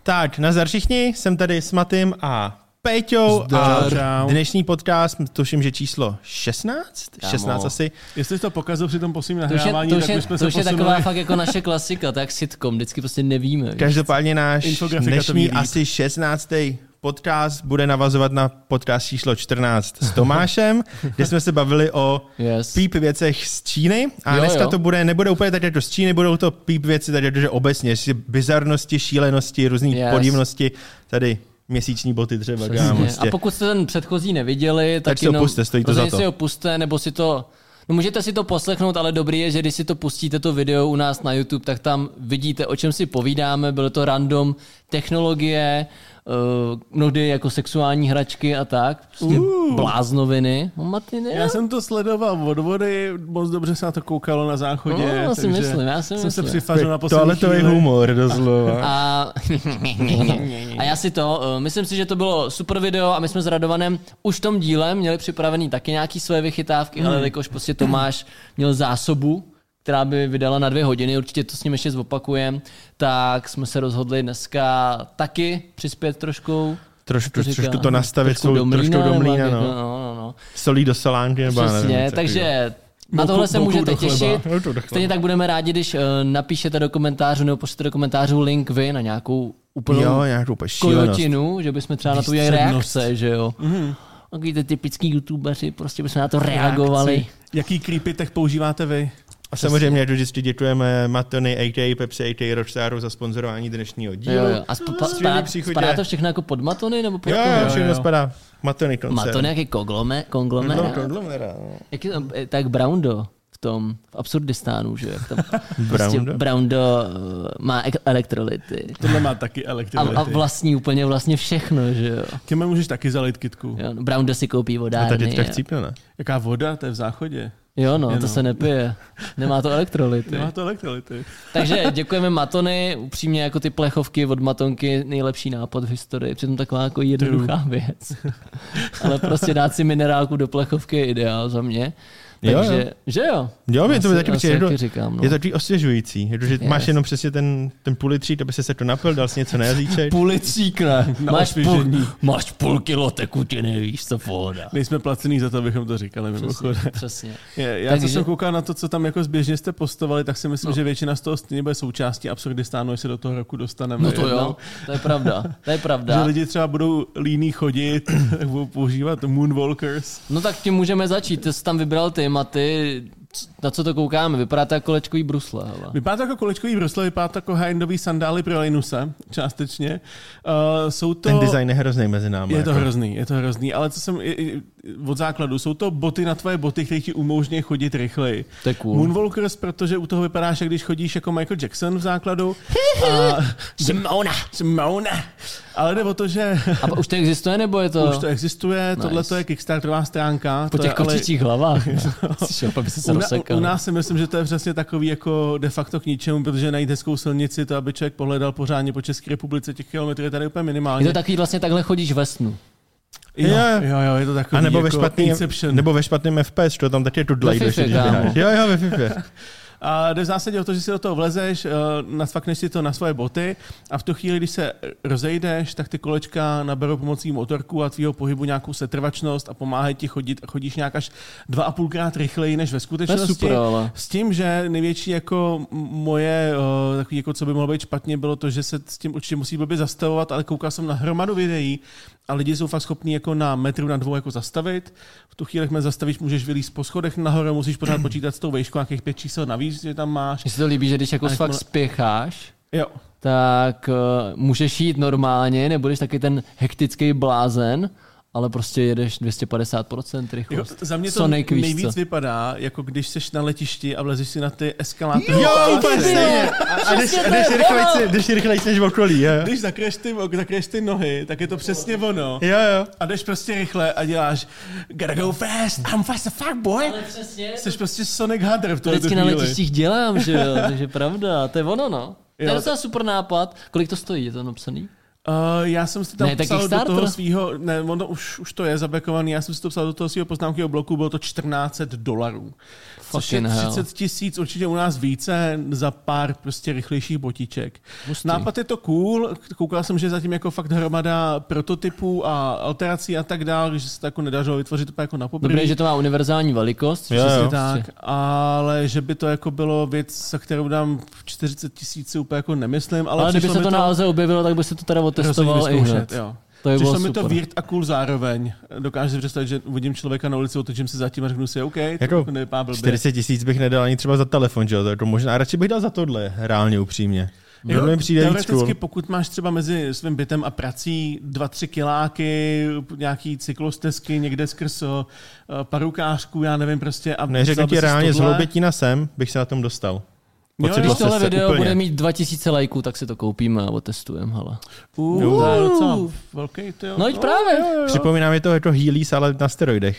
Tak, nazdar všichni, jsem tady s Matym a Péťou a dnešní podcast, tuším, že číslo 16? 16 asi. Jestli jsi to pokazil při tom posledním nahrávání, tak bychom se posunuli. To už je taková fakt jako naše klasika, tak sitcom, vždycky prostě nevíme. Každopádně náš dnešní asi 16. podcast bude navazovat na podcast číslo 14 s Tomášem, kde jsme se bavili o píp věcech z Číny a dneska to nebude úplně tak jako z Číny, budou to píp věci tak jako, že obecně, bizarnosti, šílenosti, různé podivnosti, tady měsíční boty třeba. A pokud jste ten předchozí neviděli, tak si ho puste, stojí to za to. Si ho puste, nebo si to... No můžete si to poslechnout, ale dobrý je, že když si to pustíte to video u nás na YouTube, tak tam vidíte, o čem si povídáme. Bylo to random technologie, mnohdy jako sexuální hračky a tak. Prostě bláznoviny. Já jsem to sledoval od vody, moc dobře se na to koukalo na záchodě. No, já si myslím. Jsem se přifařil na poslední toaletový humor, doslova. A já si myslím si, že to bylo super video a my jsme s Radovanem už v tom díle měli připravený taky nějaký své vychytávky, ale jakož prostě Tomáš měl zásobu, která by vydala na 2 hodiny, určitě to s ním ještě zopakujeme, tak jsme se rozhodli dneska taky přispět trošku. Trošku to nastavit trošku do mlýna, no. Solí do salánky, nebo přesně, takže na tohle se můžete těšit. Stejně tak budeme rádi, když napíšete do komentářů nebo pošlete do komentářů link vy na nějakou úplnou kojotinu, že bychom třeba na to udělali reakce, že jo. Takový ty typický youtubeři, prostě bychom na to reagovali. Jaký creepy tech používáte vy? A samozřejmě vždycky děkujeme Matony, a.k.a. Pepsi, a.k.a. Rockstaru za sponzorování dnešního dílu. Jo. A spadá to všechno jako pod Matony? Nebo pod jo, všechno spadá. Matony koncert. Matony jaký konglomerát. Tak Browndo v Absurdistánu, že jo. Browndo má elektrolyty. Tohle má taky elektrolyty. A vlastní úplně vlastně všechno, že jo. Těme můžeš taky zalít kytku. Jo, Browndo si koupí vodárny. A tady tak chcípil, ne? Jaká voda? To je v záchodě. Jo, to se nepije. Nemá to elektrolyty. Takže děkujeme Matony, upřímně jako ty plechovky od Matonky, nejlepší nápad v historii. Přitom taková jako jednoduchá věc. Ale prostě dát si minerálku do plechovky je ideál za mě. Takže, že jo. Jo, je to taky říkám, je to takový osvěžující. Že máš jenom přesně ten půl litřík, aby se to napil, dal si něco na jazyček. Půl litřík, ne. Máš půl kilo tekutiny, víš co, pohoda. Nejsme placený za to, abychom to říkali mimochodem. Přesně. Já co jsem koukal na to, co tam jako zběžně jste postovali, tak si myslím, že většina z toho stejně bude součástí Absurdistánu, jestli do toho roku dostaneme. No to jo, to je pravda. Že lidi třeba budou líní chodit, budou používat moonwalkers. No tak tím můžeme začít. Ty jsi tam vybral ty, na co to koukáme? Vypadá to jako kolečkový brusle. Hele. Vypadá to jako kolečkový brusle, vypadá to jako high-endový sandály pro Linuse, částečně. Ten design je hrozný mezi námi. Je to hrozný, ale co jsem od základu, jsou to boty na tvoje boty, které ti umožní chodit rychleji. To je cool. Moonwalkers, protože u toho vypadáš, jak když chodíš jako Michael Jackson v základu. Simona. Ale jde o to, že... A už to existuje, nebo je to... Už to existuje, nice. Tohle to je Kickstarterová stránka. Po těch kočičích hlavách. U nás si myslím, že to je přesně takový jako de facto k ničemu, protože najít hezkou silnici, to aby člověk pohledal pořádně po České republice, těch kilometrů je tady úplně minimálně. Je to takový vlastně takhle chodíš ve snu. Jo, je to takový. A nebo jako ve špatném FPS, to tam taky tudlají. Jo, ve FIFA. A jde v zásadě o to, že si do toho vlezeš, nasvakneš si to na svoje boty a v tu chvíli, když se rozejdeš, tak ty kolečka naberou pomocí motorku a tvýho pohybu nějakou setrvačnost a pomáhají ti chodit. Chodíš nějak až 2,5krát rychleji než ve skutečnosti. Super, ale. S tím, že největší jako moje, takový jako co by mohlo být špatně, bylo to, že se s tím určitě musí blbě zastavovat, ale koukal jsem na hromadu videí a lidi jsou fakt schopní jako na metru, na 2 jako zastavit. V tu chvíli, jak zastavíš, můžeš vylízt po schodech nahoru, musíš pořád počítat s tou výškou, nějakých 5 čísel navíc, že tam máš. Mně se to líbí, že když jako fakt spěcháš, jo. Tak můžeš jít normálně, nebudeš taky ten hektický blázen, ale prostě jedeš 250% rychlost. Jo, za mě to nejvíc vypadá, jako když seš na letišti a vlezeš si na ty eskalátory. Jo, úplně stejně. A jdeš rychlejc než v okolí. Jo. Když zakryješ ty nohy, tak je to přesně ono. Jo. A jdeš prostě rychle a děláš gotta go fast, I'm fast as fuck, boy. Ale přesně. Jsi prostě Sonic Hunter v tohle chvíli. Vždycky na letištích dělám, že jo, takže pravda, to je ono, no. To je docela super nápad. Kolik to stojí, je to napsaný? Já jsem si tam psal do toho svýho, ne, ono už to je zabekovaný, já jsem si to psal do toho svýho poznámkového bloku, bylo to $1400. Což je 30 000, určitě u nás více za pár prostě rychlejších botiček. Nápad je to cool, koukal jsem, že zatím jako fakt hromada prototypů a alterací a tak dál, že se to jako nedařilo vytvořit to jako na poprvé. Dobré, že to má univerzální velikost. Přesně tak, ale že by to jako bylo věc, za kterou dám 40 000 úplně jako nemyslím. Ale kdyby se to na Alze objevilo, tak by se to teda otestoval i hned. Přišlo mi to weird a cool zároveň. Dokážu si představit, že vidím člověka na ulici, otočím se zatím a řeknu si, OK, jako to nevypadá blbě. 40 000 bych nedal ani třeba za telefon, že jo? To možná radši bych dal za tohle, reálně upřímně. Teoreticky, pokud máš třeba mezi svým bytem a prací 2-3 kiláky, nějaký cyklostezky někde skrz parukářku, já nevím prostě. Neřeknu ti reálně z Hloubětína sem, bych se na tom dostal. Když tohle video bude mít 2000 lajků, tak si to koupíme a otestujeme. To je docela velký, tyjo. No jít právě. Připomíná mi to jako Heelys, ale na steroidech.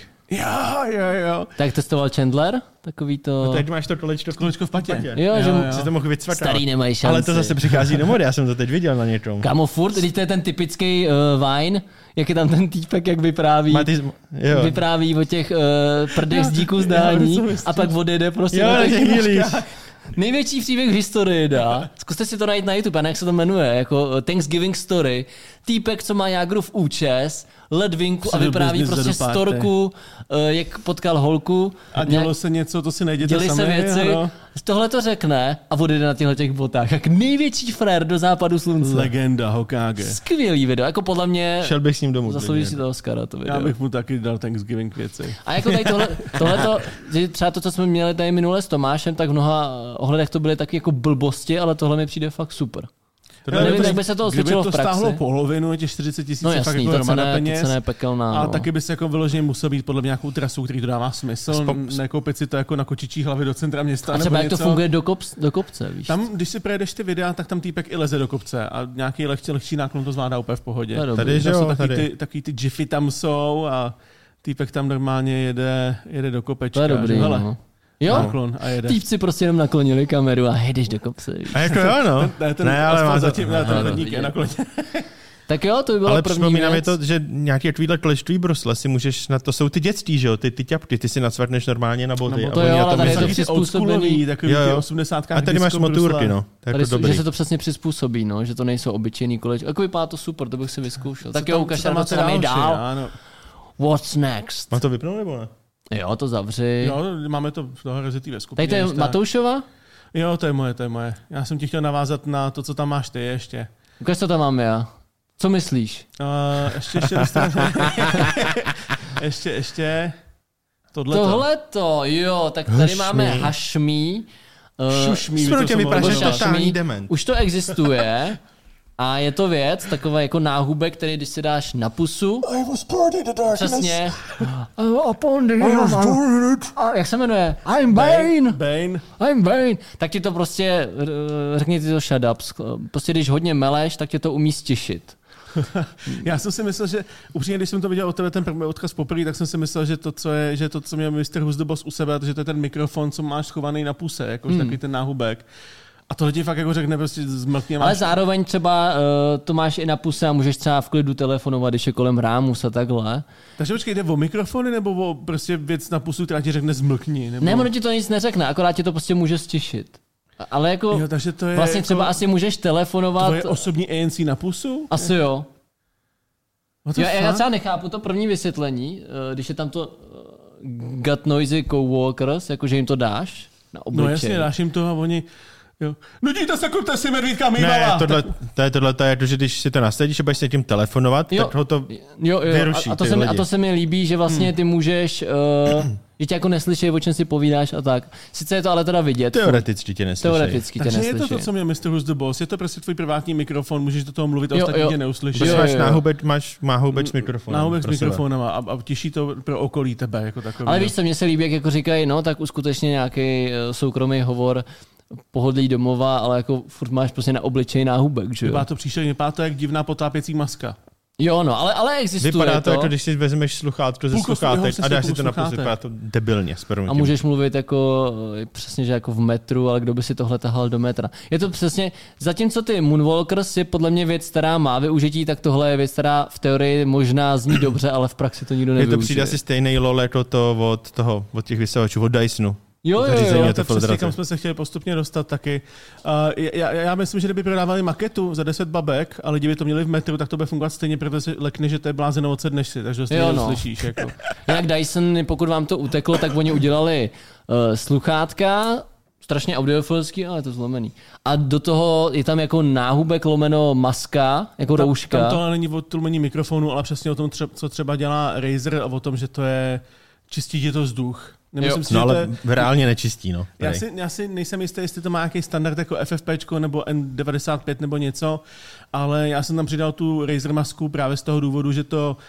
Jo. Tak testoval Chandler? Takový to... No teď máš to kolečko v patě. Jo, že si to mohl vycvakat. Starý nemají šanci. Ale to zase přichází do mody, já jsem to teď viděl na něčem. Kámo, furt, když to je ten typický Vine, jak je tam ten týpek, jak vypráví o těch prdech z díku zdání a pak odjede prostě na těch Heelys. Největší příběh v historii, dá. Zkuste si to najít na YouTube, jak se to jmenuje, jako Thanksgiving Story. Týpek, co má Jágrův účes, ledvinku a vypráví prostě storku, jak potkal holku. A dělo se něco, to si najděte sami. Děli se věci, tohle to řekne a odjede na těch botách. Jak největší frér do západu slunce. Legenda Hokage. Skvělý video, jako podle mě... Šel bych s ním domů. Zaslouží si to Oscara, to video. Já bych mu taky dal Thanksgiving věci. A jako tady tohleto, třeba to, co jsme měli tady minule s Tomášem, tak v mnoha ohledech to byly taky jako blbosti, ale tohle mi přijde fakt super. Nevím, jak by se to osvědčilo v praxi. Kdyby to stáhlo polovinu, těch 40 000 no jasný, fakt jako hromada peněz. To pekelná, a taky by se jako vyloženě musel být podle mě nějakou trasu, který to dává smysl. Nekoupit si to jako na kočičí hlavě do centra města. A třeba jak to funguje do kopce, víš? Tam, když si projedeš ty videa, tak tam týpek i leze do kopce a nějaký lehčí náklon to zvládá úplně v pohodě. Tady, že jo, taky ty jiffy tam jsou a týpek tam normálně jede do kopečka. To je dobrý, jo, týpci prostě jenom naklonili kameru a jdeš do kopce. A jako jo, no. Ne, ale má zatím ten je nakloněn. Tak jo, to by bylo ale první připomíná věc. mi to, že nějaký takovýhle kleštový brusle si můžeš, to jsou ty dětství, že jo, ty ťapky, ty si nacvrtneš normálně na boty. No to jo, ale tady je to přizpůsobený. Takový 80. A tady máš motůrky, no. Tady, že se to přesně přizpůsobí, no, že to nejsou obyčejný kolečky. Jako vypadá to super, to bych si vyzkoušel. Tak jo, ukaž co tam je dál. What's next? Má to vypnout nebo ne? Jo, to zavři. Jo, máme to v toho rezitivě skupině. Tady to je Matoušova? Jo, to je moje. Já jsem ti chtěl navázat na to, co tam máš ty ještě. Ukaž, co tam mám já. Co myslíš? Ještě. Tohleto, jo, tak tady máme Hašmí. Šušmí. Už to existuje. A je to věc, taková jako náhubek, který když si dáš na pusu, přesně, jak se jmenuje? I'm Bane. Tak ti to prostě, řekni ti to shut up, prostě když hodně meleš, tak tě to umí stěšit. Já jsem si myslel, že upřímně, když jsem to viděl od tebe ten odkaz poprvé, tak jsem si myslel, že to, co měl Mr. Who's the Boss u sebe, že to je ten mikrofon, co máš schovaný na puse, jakože takový ten náhubek. A tohle ti fakt jako řekne prostě zmlkně. Ale zároveň třeba to máš i na puse a můžeš třeba v klidu telefonovat, když je kolem rámus a takhle. Takže počkej, jde o mikrofony nebo o prostě věc na pusu, která ti řekne zmlkni? Nebo... Ne, ono ti to nic neřekne, akorát ti to prostě může stěšit. Ale jako jo, takže to je vlastně jako třeba asi můžeš telefonovat. Tvoje osobní ANC na pusu? Asi jo. Já třeba nechápu to první vysvětlení, když je tam to got noisy coworkers, jakože jim to dáš na obličej. No jasně, dáš jim to a oni... Jo. Nudíte se, kupte si medvídka mývala. Ne, tohle je to, že když si to nasadíš a budeš se tím telefonovat, tak ho to vyruší. A to se mi líbí, že vlastně ty můžeš, že tě jako neslyší, o čem si povídáš a tak. Sice je to ale teda vidět. Teoreticky tě neslyší. Takže je to co měl Mr. Who's the Boss, je to prostě tvůj privátní mikrofon, můžeš do toho mluvit a ostatní tě neuslyší. Máš náhubek s mikrofonem. Náhubek s mikrofonem a těší to pro okolí tebe jako takový. Ale víš co, mně se líbí, jak jako říkají, no tak uskutečně nějaký soukromý hovor, pohodlí domova, ale jako furt máš prostě na obličej náhubek, že jo? Vypadá to příšerně, vypadá to jak divná potápěcí maska. Jo, no, ale existuje vypadá to, jako když si vezmeš sluchátko ze sluchátek a dáš si to na půl, vypadá to debilně. A můžeš mluvit jako, přesně, že jako v metru, ale kdo by si tohle tahal do metra. Je to přesně, zatímco ty Moonwalkers je podle mě věc, která má využití, tak tohle je věc, která v teorii možná zní dobře, ale v praxi to nikdo nevyužije. Je to přijde asi stejný lol jako to od těch vysavačů, od Dysonu. Jo, to přesně, kam jsme se chtěli postupně dostat taky. Já myslím, že kdyby prodávali maketu za 10 babek a lidi by to měli v metru, tak to bude fungovat stejně, protože si lekne, že to je blázeno odsedneš si, takže to slyšíš. Jako. Jinak Dyson, pokud vám to uteklo, tak oni udělali sluchátka, strašně audiofilský, ale je to zlomený. A do toho je tam jako náhubek lomeno maska, jako rouška. Tam to není o tlumení mikrofonu, ale přesně o tom, co třeba dělá Razer a o tom, že to je čistí je to vzduch. Si, no ale reálně nečistí, no. Já si nejsem jistý, jestli to má nějaký standard jako FFPčko nebo N95 nebo něco, ale já jsem tam přidal tu Razer masku právě z toho důvodu, že to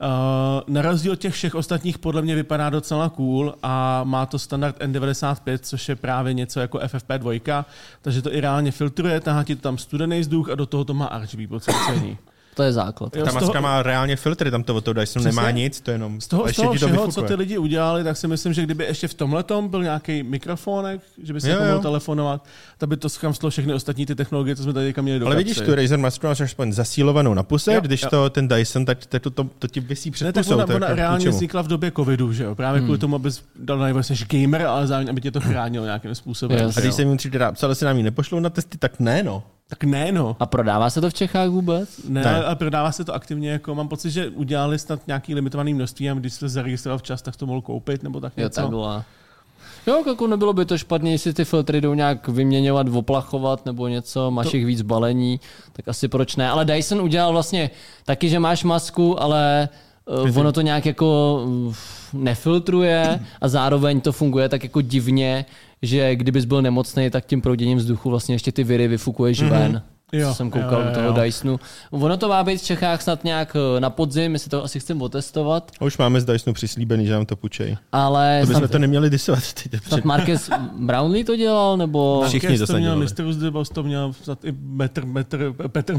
na rozdíl od těch všech ostatních podle mě vypadá docela cool a má to standard N95, což je právě něco jako FFP2, takže to i reálně filtruje, tahá ti to tam studený vzduch a do toho to má RGB podsvěcení. To je základ. Ta maska má reálně filtry, tam to od toho Dysonu nemá nic, to jenom z toho všeho, co ty lidi udělali, tak si myslím, že kdyby ještě v tomhletom byl nějaký mikrofonek, že by se mohl telefonovat, tak by to schamstlo všechny ostatní ty technologie, co jsme tady měli do Ale vidíš, tu Razer masku máš aspoň zasílovanou na puse, když to ten Dyson, tak to ti visí před pusou. Ona reálně vznikla v době covidu, že jo? Právě kvůli tomu, abys dal najevo, jsi gamer, ale zároveň, aby tě to chránilo nějakým způsobem. A když jsem jim psali, se nám ji nepošlou na testy, tak ne, no. Tak ne, no. A prodává se to v Čechách vůbec? Ne. A prodává se to aktivně, jako mám pocit, že udělali snad nějaký limitovaný množství a když jste zaregistroval včas, tak to mohl koupit, nebo tak něco. Jo, jako nebylo by to špatně, jestli ty filtry jdou nějak vyměňovat, oplachovat nebo něco, máš jich víc balení, tak asi proč ne. Ale Dyson udělal vlastně taky, že máš masku, ale ono to nějak jako nefiltruje a zároveň to funguje tak jako divně, že kdybys byl nemocný, tak tím prouděním vzduchu vlastně ještě ty viry vyfukuješ ven. Co jsem koukal do toho Dysonu. Ono to má být v Čechách snad nějak na podzim, my si to asi chceme otestovat. A už máme z Dysonu přislíbený, že nám to půjčej. Ale to bychom to neměli disovat. Snad Marques Brownlee to dělal, nebo... Všichni to měl, Mr. Uzdebos to měl i Petr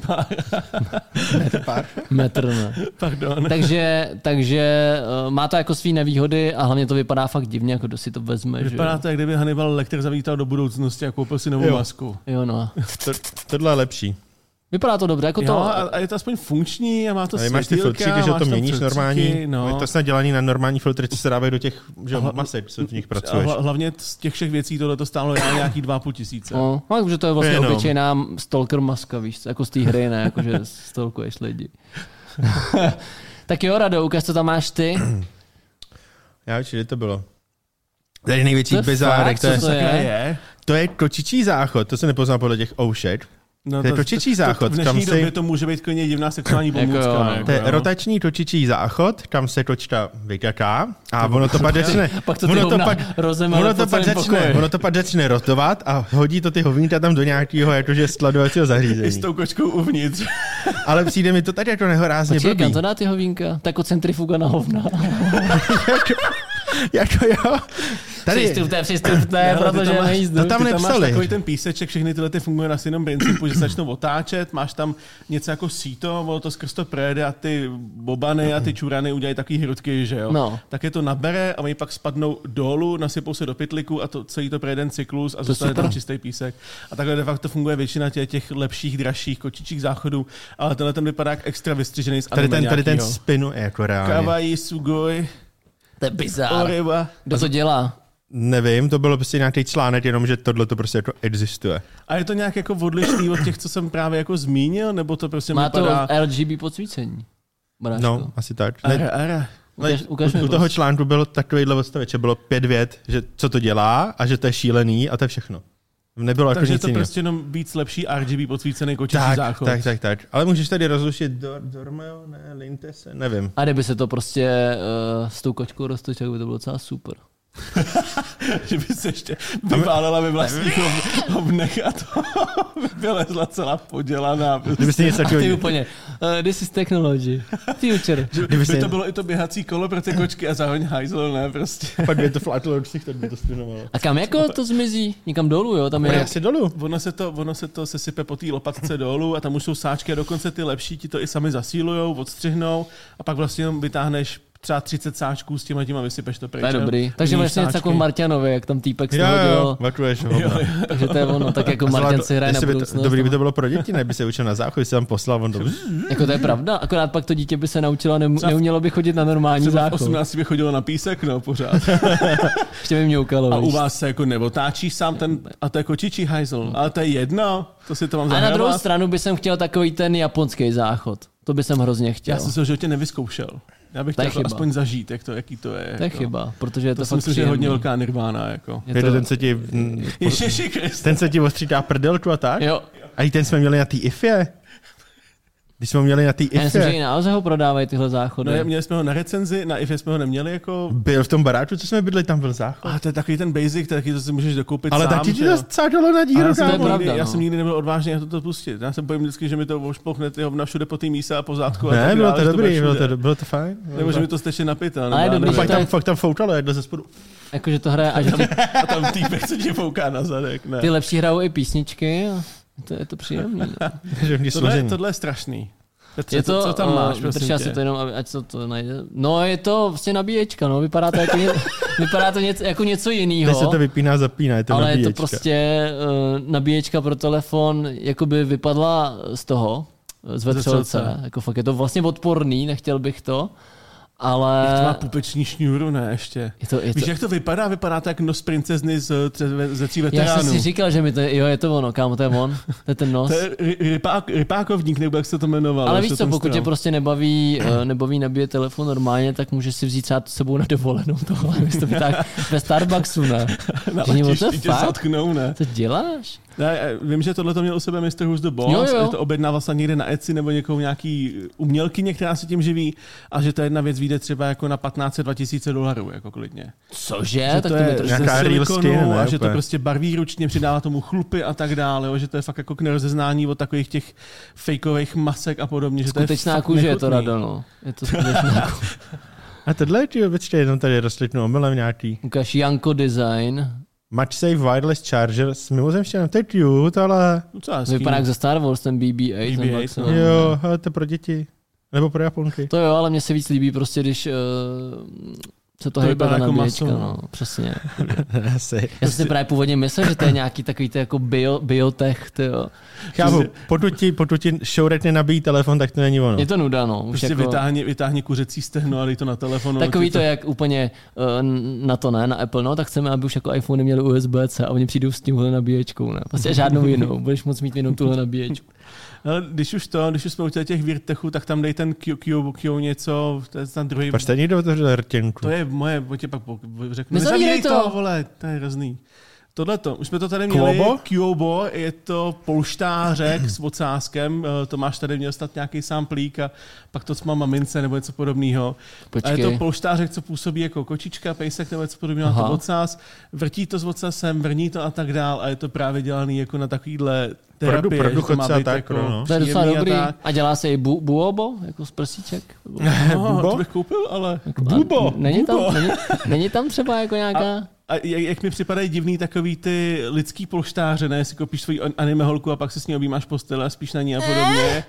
Pár. Metr, ne. Pardon. Takže má to jako svý nevýhody a hlavně to vypadá fakt divně, jako kdo si to vezme. Vypadá to, jak kdyby Hannibal Lecter zavítal do budoucnosti a koupil si novou masku. Jo, no. Tohle je lepší. Vypadá to dobře, jako to. A je to aspoň funkční a má to světýlka. Máš ty filtříky, že to měníš normální. No. Je to snad dělaný na normální filtry, co se dávají do těch masek, co v nich pracuješ. Hlavně z těch všech věcí tohle to stálo nějaký 2,5 000. No, takže to je vlastně obyčejná stalker maska, víš, jako z té hry, ne, jakože stalkuješ lidi. Tak jo, Rado, ukáž, co tam máš ty. Já vím, kde to bylo. Tady největší bizárek, to je kočičí záchod, to se nepoznal podle těch oušek. No to je točičí záchod. V dnešní době to může být klidně divná sexuální pomůcka. To je rotační točičí záchod, kam se točta vykaká a ono to pak začne. Ono to pak začne rotovat a hodí to ty hovínka tam do nějakého jakože skladovacího zařízení. I s tou kočkou uvnitř. Ale přijde mi to tak jako nehorázně blbý. Počkej, kam to dá ty hovínka? Tak jako centrifuga na hovna. Jako jo. Přistupte, protože nejízdu. To tam nepsali. Máš takový ten píseček, všechny tyhle ty fungují na stejném principu, že se začnou otáčet, máš tam něco jako síto, to skrz to projede a ty bobany a ty čurany udělají takový hrudky, že jo. No. Tak je to nabere a oni pak spadnou dolů, nasypou se do pytliku a to celý to projede cyklus a zůstane tam čistý písek. A takhle de facto funguje většina těch lepších, dražších kočičích záchodů, ale tenhle ten vypadá jak extra vystřižený z anime. Tady ten spinu je jako reálně. Kawaii sugoi. To je bizár. Kdo to dělá? Nevím, to bylo prostě nějaký článek, jenom že tohle to prostě jako existuje. A je to nějak jako odlišný od těch, co jsem právě jako zmínil, nebo to prostě má vypadá... to RGB podsvícení. Bráško. No, asi tak. Ukaž u toho článku bylo takovýhle odstavec, že bylo 5 vět, že co to dělá a že to je šílený a to je všechno. Nebylo jako takže nic to jiného. prostě jenom víc lepší RGB podsvícený kočičí záchod. Tak. Ale můžeš tady rozlišit Dormeo, ne, Lintese, nevím. A kdyby se to prostě s tou kočkou roztočil, tak by to bylo docela super. že by se ještě vypálila ve vlastních hovnech a to vylezla celá podělaná. Kdybyste něco takového... Ty úplně, this is technology, future. Kdyby to bylo i to běhací kolo pro ty kočky a zároveň hajzl, ne, prostě. Pak by to flatlo od všech, tak by to spinovalo. A kam jako to zmizí? Někam dolů, jo? Tam je asi dolů. Ono se to sesype po té lopatce dolů a tam už jsou sáčky a dokonce ty lepší ti to i sami zasílujou, odstřihnou a pak vlastně jenom vytáhneš třeba 30 sáčků s tím a vysypeš to pryč. To je dobrý. Takže vlastně něco jako v Marťanovi, jak tam týpek z toho dělal. Takže to je ono, tak jako Marťan si hraje na budoucnost. Dobrý by to bylo pro děti, ne by se učil na záchod, si tam poslal, on to... Jako to je pravda, akorát pak to dítě by se naučilo, neumělo by chodit na normální záchod. 18 by chodilo na písek, no pořád. Ještě by mňoukalo. A u vás se jako neotáčíš sám ten, a to je kočičí hajzl, ale to je jedno, to si to mám zahrát. A na druhou stranu by jsem chtěl takový ten japonský záchod. To by jsem hrozně chtěl. Já jsem se v životě nevyzkoušel. Já bych chtěl aspoň zažít, jaký to je. To je chyba, protože je to fakt myslím, že je hodně velká nirvána. Jako. Je to ten, co ti... Ten, co ti ostřítá prdelku a tak? Jo. A i ten jsme měli na té IFě. Když jsme ho měli na té IFě. Já myslím, že i na Oze ho prodávají tyhle záchody. No, měli jsme ho na recenzi, na IFě jsme ho neměli jako... Byl v tom baráku, co jsme bydli, tam byl záchod. A to je takový ten basic, taky to si můžeš dokoupit ale sám. Ale taky ti to sáčalo na díru. Já jsem nikdy nebyl odvážný na to pustit. Já jsem bojím vždycky, že mi to ošplouchne hovna všude po té míse a po zádku. Ne, bylo to dobrý, bylo to fajn. Nebo že mi to steče na pytel. Ale dobrý, fakt tam foukalo jedno ze spodu. Jakože to hraje a tam týpek, co ti fouká na zadek. Ne. Ty lepší hrajou i písničky. Je to příjemný. Tohle je strašný. Petře, je to, co tam máš, prosím tě? Si to jenom, ať to najde. No, je to vlastně nabíječka, no, vypadá to jako něco jiného. Teď se to vypíná, zapíná, je to ale nabíječka. Je to prostě nabíječka pro telefon, jakoby vypadla z toho, z vetřelce. Jako fakt je to vlastně odporný, nechtěl bych to. Ale... Jak to má pupeční šňůru, ne, ještě. Víš, jak to vypadá? Vypadá to jak nos princezny ze Tří veteránů. Já jsem si říkal, že mi to je to ono, kámo, to je on, to je ten nos. To je rypákovník, nebo jak se to jmenovalo. Ale víš co, pokud tě prostě nebaví nabíjet telefon normálně, tak můžeš si vzít třeba s sebou na dovolenou tohle, to by tak ve Starbucksu, ne? Na letišti tě zatknou, ne? Co děláš? Ne, vím, že tohle to měl u sebe Mr. Who's the Boss, že to objednával se někde na Etsy nebo někoho nějaký umělkyně, která se tím živí, a že ta jedna věc vyjde třeba jako na $1500-2000 jako klidně. Cože? Že tak to je nějaká real skin, a že to prostě barví ručně, přidává tomu chlupy a tak dále, jo, že to je fakt jako k nerozeznání od takových těch fakeových masek a podobně. Že skutečná kůže je to, Rado, no. Je to skutečná kůže. A tohle je počkej, jenom tady rozsvětnu omylem nějaký. Ukáž Janko Design. MagSafe Wireless Charger s mimozemštěnem, to je cute, ale... Vypadá jak ze Star Wars, ten BB-8. Jo, ale to je pro děti. Nebo pro Japonky. To jo, ale mně se víc líbí prostě, když se to hejbe ta nabíječka, no, přesně. Já jsem si právě původně myslel, že to je nějaký takový to jako biotech, tyjo. Chápu, pokud ti šourek nenabíjí telefon, tak to není ono. Je to nuda, no. Prostě jako... vytáhni kuřecí stehno a dej to na telefonu. Takový to, jak úplně na to ne, na Apple, no, tak chceme, aby už jako iPhone měli USB-C a oni přijdou s tímhle nabíječkou, ne. Prostě žádnou jinou, budeš moct mít jenom tuhle nabíječku. Ale když už jsme u těch Virtechů, tak tam dej ten Q něco, to je ten druhý. Proč tady někdo otevřel rtěnku? To je moje, tě pak řeknu. Nezavírej to, vole, to je hrozný. Tohleto, už jsme to tady měli, Kyobo, je to polštářek s ocáskem, Tomáš tady měl stát nějaký samplík a pak to má mamince nebo něco podobného. A je to polštářek, co působí jako kočička, pejsek nebo něco podobného, na to ocás, vrtí to s ocasem, vrní to a tak dál a je to právě dělaný jako na takovýhle terapie, pro to má být tak, jako no. To je docela dobrý. A dělá se i buobo, jako z prsíček? To bych koupil, ale... Bubo! Není tam třeba jako nějaká... A jak mi připadají divný takový ty lidský polštáře, ne? Si koupíš svoji anime holku a pak se s ní objímáš postele a spíš na ní a podobně.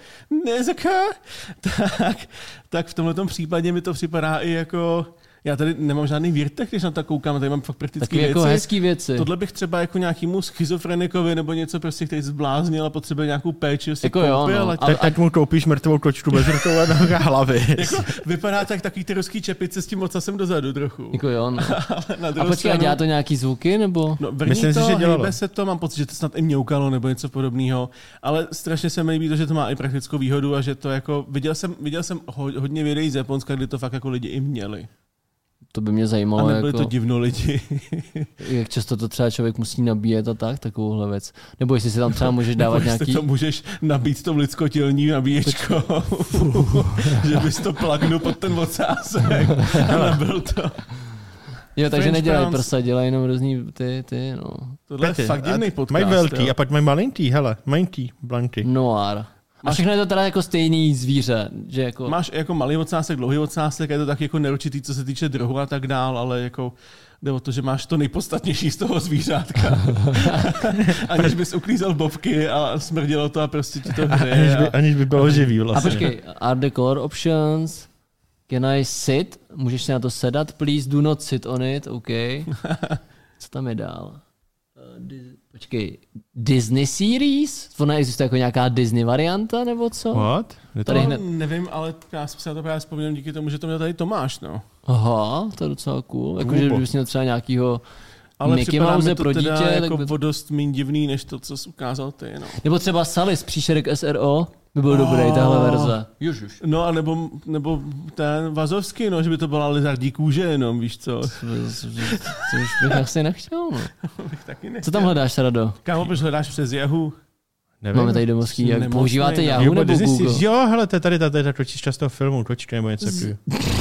Tak v tomhletom případě mi to připadá i jako... Já tady nemám žádný Virtech, když na to koukám, tady mám fakt praktické věci. Jako hezký věci. Tohle bych třeba jako nějakému schizofrenikovi nebo něco prostě, který zbláznil a potřebuje nějakou péči, si jako koupil. Jo, no. Tak mu koupíš mrtvou kočku bez rtové na hlavy. Jako, vypadá tak takový ty ruský čepice s tím ocasem dozadu trochu. Jako jo, no. A počkej, a dělá to nějaký zvuky, nebo? No, myslím si, že hejbe se to, mám pocit, že to snad i mňoukalo nebo něco podobného, ale strašně se mi líbí to, že to má i praktickou výhodu a že to jako, viděl jsem hodně videí z Japonska, kdy to fakt jako lidi i měli. To by mě zajímalo. A nebyli jako, to divno lidi. Jak často to třeba člověk musí nabíjet a takovouhle věc. Nebo jestli si tam třeba můžeš dávat nějaký... to můžeš nabít tou lidskotělní nabíječkou. Že bys to plaknul pod ten ocásek. A nebyl to. Jo, takže nedělají prsa, dělají jenom různý ty, no. Tohle je fakt divný podcast. Mají velký a pak mají malinký, hele, malinký, blanky. Noir. A všechno je to teda jako stejný zvíře, že jako... Máš jako malý ocásek, dlouhý ocásek, je to tak jako neurčitý, co se týče druhu a tak dál, ale jako jde o to, že máš to nejpodstatnější z toho zvířátka. Aniž bys uklízel bobky a smrdilo to a prostě ti to hřeje. Aniž by bylo živý vlastně. A počkej, art decor options, can I sit? Můžeš se na to sedat? Please do not sit on it, OK. Co tam je dál? Počkej, Disney series? To neexistuje jako nějaká Disney varianta, nebo co? What? Tady hned... Nevím, ale já jsem se na to právě vzpomněl díky tomu, že to měl tady Tomáš, no. Aha, to je docela cool. Jakože bys měl třeba nějakýho Mickey Mouse pro dítě. Ale jako by... dost méně divný, než to, co jsi ukázal ty, no. Nebo třeba Sally z Příšerek SRO by byl dobrý, tahle verze. Juž. No a nebo ten Vazovský, no, že by to byla lizardí kůže jenom, víš co. Což bych asi nechtěl, no. Bych taky nechtěl. Co tam hledáš, Rado? Kámo, proč hledáš přes Yahoo? Nevím. Máme tady domovský, jak používáte Yahoo nebo Google? Jo, hele, to je tady točíš často filmů, točka nebo něco takového.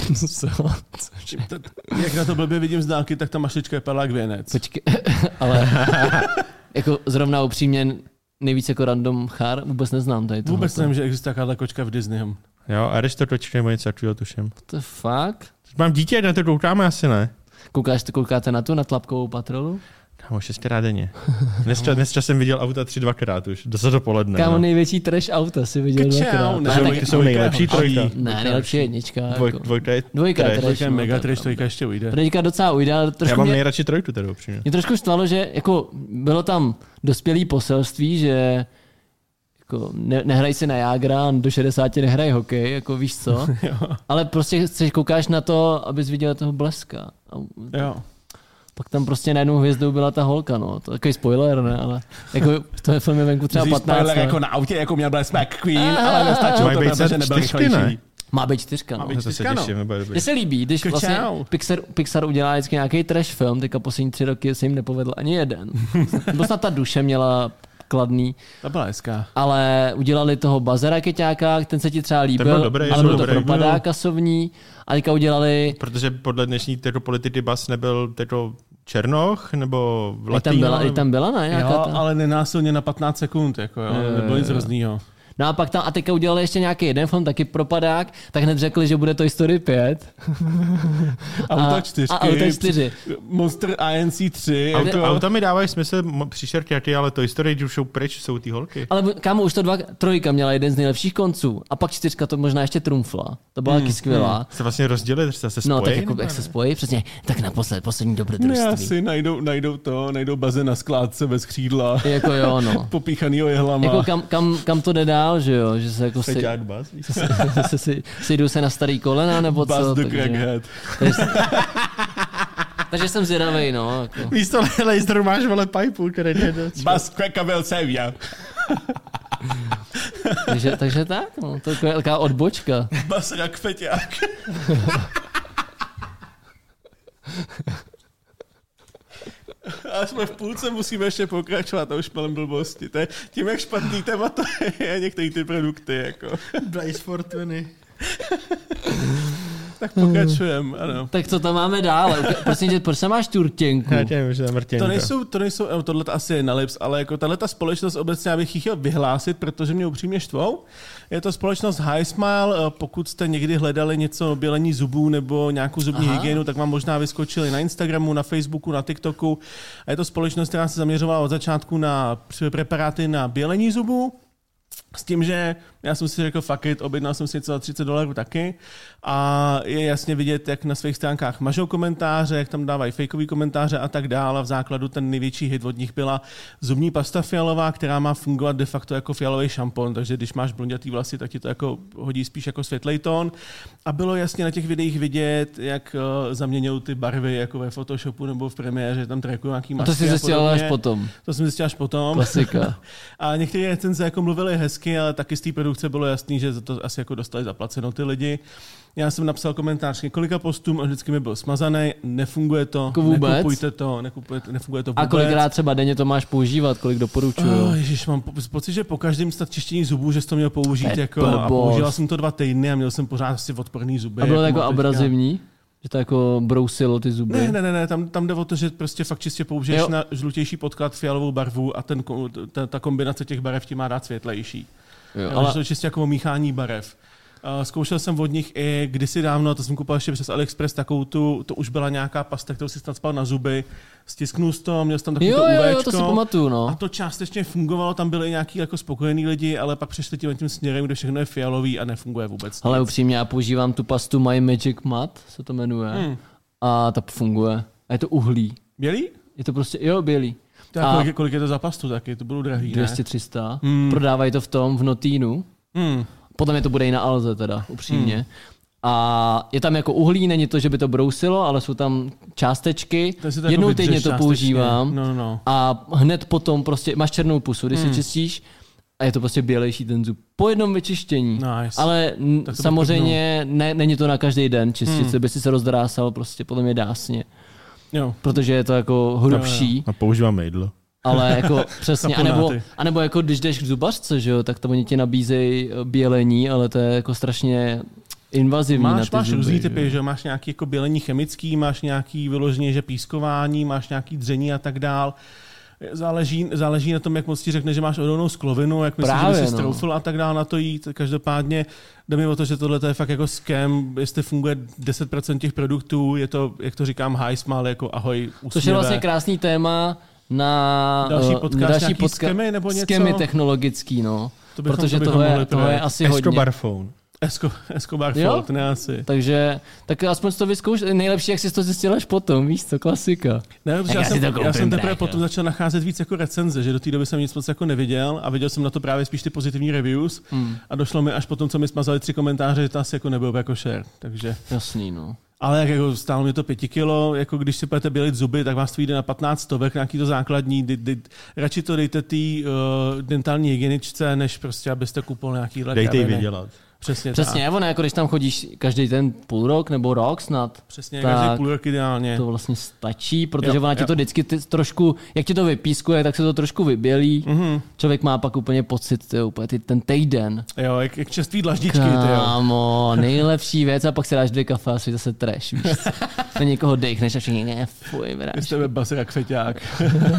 Jak na to blbě vidím z dálky, tak ta mašlička je padla jak věnec. Počkej, ale jako zrovna upřímně nejvíc jako random chár, vůbec neznám tady tohle. Vůbec nevím, že existuje taková kočka v Disneyham. Jo, a jdeš to točka nebo něco takového, tuším. To je fakt? Mám dítě, na to koukáme asi, ne? Koukáte na tu, na Tlapkovou patrolu? Kámo, 6krát denně. Dneska jsem viděl auta 2x už, do dopoledne. Kámo, největší trash auta si viděl 2x. Ty jsou nejlepší, trojka. Ne, nejlepší jednička. Dvojka je trash. Mega trash, trojka ještě ujde. Trojka docela ujde, ale trošku já mám nejradši trojku teda upřímně. Mě trošku štvalo, že jako bylo tam dospělý poselství, že jako nehraj si na jágra, do 60 nehraj hokej, jako víš co. Ale prostě koukáš na to, abys viděl toho bleska. Jo. Pak tam prostě najednou hvězdou byla ta holka, no. To je takový spoiler, ne, ale jako to je film venku třeba 15. Spoiler jako na autě, jako měl Blesk McQueen, ale nestačilo to, protože nebyl rychlejší. Má být 4, no. Má být 4, no. Mně se líbí, když vlastně Pixar udělá vždycky nějaký trash film, teďka poslední 3 roky se jim nepovedl ani jeden. Nebo snad ta duše měla kladný. To byla hezká. Ale udělali toho Bazera Keťáka, ten se ti třeba líbil, ale byl to propadák kasovní. A teďka udělali... Protože podle dnešní této politiky Bas nebyl této Černoch, nebo Latino? I tam byla, ne? Jo, ale nenásilně na 15 sekund, jako jo, nebylo nic hroznýho. No a pak tam, a teďka udělali ještě nějaký jeden film, taky propadák, tak hned řekli, že bude Toy Story 5. Auta 4. A Auta 4. Monster INC 3. Auta mi dávají smysl příšerky, ale Toy Story už jsou pryč, jsou ty holky. Ale kámo, už to 3 měla jeden z nejlepších konců. A pak 4 to možná ještě trumfla. To byla taky skvělá. Se vlastně rozdělili, se spojí? No tak jako, jak se spojí, přesně. Tak naposled, poslední dobrodružství. No asi najdou bazén na skládce bez křídla. Jako jo, no. Popíchanýho jehlama. Jako kam to jde dál, že jo? Že se jako sejdu se na starý kolena, nebo Buzz co? The Crackhead. Takže jsem zvědavej, no. Jako. Místo laseru máš, vole, pipu, který jde do... Buzz Crackable Savior. takže tak, no. To je taková odbočka. Buzz Rakfeťák. A jsme v půlce, musíme ještě pokračovat a už malem blbosti. To je tím, jak špatný téma to je některé ty produkty. Jako. Blaze Fortuny. Tak pokračujeme, ano. Tak co tam máme dál? Prosím tě, proč máš tu rtěnku? Já tě nevím, že tam rtěnka. To nejsou, tohle asi je na lips, ale jako tahleta společnost obecně já bych ji chtěl vyhlásit, protože mě upřímně štvou. Je to společnost High Smile, pokud jste někdy hledali něco bělení zubů nebo nějakou zubní hygienu, tak vám možná vyskočili na Instagramu, na Facebooku, na TikToku. A je to společnost, která se zaměřovala od začátku na preparáty na bělení zubů. S tím, že já jsem si řekl fuck it, objednal jsem si něco za $30 taky a je jasně vidět, jak na svých stránkách mažou komentáře, jak tam dávají fejkový komentáře a tak dále. V základu ten největší hit od nich byla zubní pasta fialová, která má fungovat de facto jako fialový šampon, takže když máš blondětý vlasy, tak ti to jako hodí spíš jako světlej tón. A bylo jasně na těch videích vidět, jak zaměňují ty barvy jako ve Photoshopu nebo v premiéře, tam trackují nějaký masky. A to si zjistil až potom. To jsem zjistil až potom. Klasika. A některé recenze jako mluvili hezky, ale taky z té produkce bylo jasný, že to asi jako dostali zaplaceno ty lidi. Já jsem napsal komentář několika postům a vždycky mi byl smazaný, nefunguje to, jako vůbec? Nekupujte to, nefunguje to vůbec. A kolikrát třeba denně to máš používat, kolik doporučuju? Ježiš, mám pocit, že po každém snad čištění zubů, že jsi to měl použít jako, a používal jsem to 2 týdny a měl jsem pořád asi odporný zuby. A bylo to jako jako abrazivní? Že to jako brousilo ty zuby? Ne, tam jde o to, že prostě fakt čistě použiješ na žlutější podklad fialovou barvu a ta kombinace těch barev ti má dát světlejší. Ale to je čistě jako míchání barev. Zkoušel jsem od nich i kdysi dávno, to jsem kupoval ještě přes AliExpress, takovou to už byla nějaká pasta, kterou si snad na zuby, stisknul jsi to, měl jsi tam takový UVčko. To si pamatuju, no. A to částečně fungovalo, tam byli nějaký jako spokojení lidi, ale pak přešli tím směrem, kde všechno je fialový a nefunguje vůbec. Ale upřímně, já používám tu pastu My Magic Matte, se to jmenuje, a ta funguje. A je to uhlí. Bělý? Je to prostě, bělý. Kolik je to za pastu taky? To bylo drahý, 200-300. Prodávají to v Notínu. Potom je to bude i na Alze teda, upřímně. A je tam jako uhlí, není to, že by to brousilo, ale jsou tam částečky. Jednou týdně to používám a hned potom prostě máš černou pusu, když si čistíš a je to prostě bělejší ten zub. Po jednom vyčištění. Nice. Ale samozřejmě není to na každý den čistit, by si se rozdrásal prostě podle mě dásně. Jo. Protože je to jako hrubší. A používám mejdlo. Ale jako přesně, anebo jako když jdeš k zubařce, že jo, tak to oni ti nabízejí bělení, ale to je jako strašně invazivní na ty zuby. Máš různý typy, že máš nějaký jako bělení chemický, máš nějaký vyloženě, že pískování, máš nějaký dření a tak dál. Záleží na tom, jak moc ti řekne, že máš odolnou sklovinu, jak myslíš, že jsi stroufl a tak dál na to jít. Každopádně jde mi o to, že tohle je fakt jako scam, jestli funguje 10% těch produktů, je to, jak to říkám, high smile, jako ahoj, úsměvé. Což je vlastně krásný téma na další podcast, nebo něco? Skemy technologický, no. Protože toho je asi hodně. Escobar phone. Escobar Fault, ne asi. Takže tak aspoň to vyzkouš. Nejlepší, jak jsi to zjistil až potom, víš co, klasika. Ne, já jsem teprve potom začal nacházet víc jako recenze, že do té doby jsem nic moc jako neviděl a viděl jsem na to právě spíš ty pozitivní reviews a došlo mi až potom, co mi smazali 3 komentáře, že to asi jako nebylo jako share, takže. Jasný, no. Ale jak jako stálo mě to 5 kilo, jako když si budete bělit zuby, tak vás to jde na 15 stovek, nějaký to základní. Radši to dejte té dentální hygieničce, než prostě abyste kupovali nějaký let. Dejte jí vydělat. Přesně, ono jako když tam chodíš každý ten půl rok nebo rok snad. Přesně, každý půl rok ideálně. To vlastně stačí, protože ona ti to vždycky trošku, jak ti to vypískuje, tak se to trošku vybělí. Člověk má pak úplně pocit, úplně ten týden. Jo, jak čerství dlaždičky. Kámo, nejlepší věc a pak si dáš 2 kafe a si zase trash, víš. Na někoho dechneš a všichni, fuj, vráč. Jste ve base jak feťák.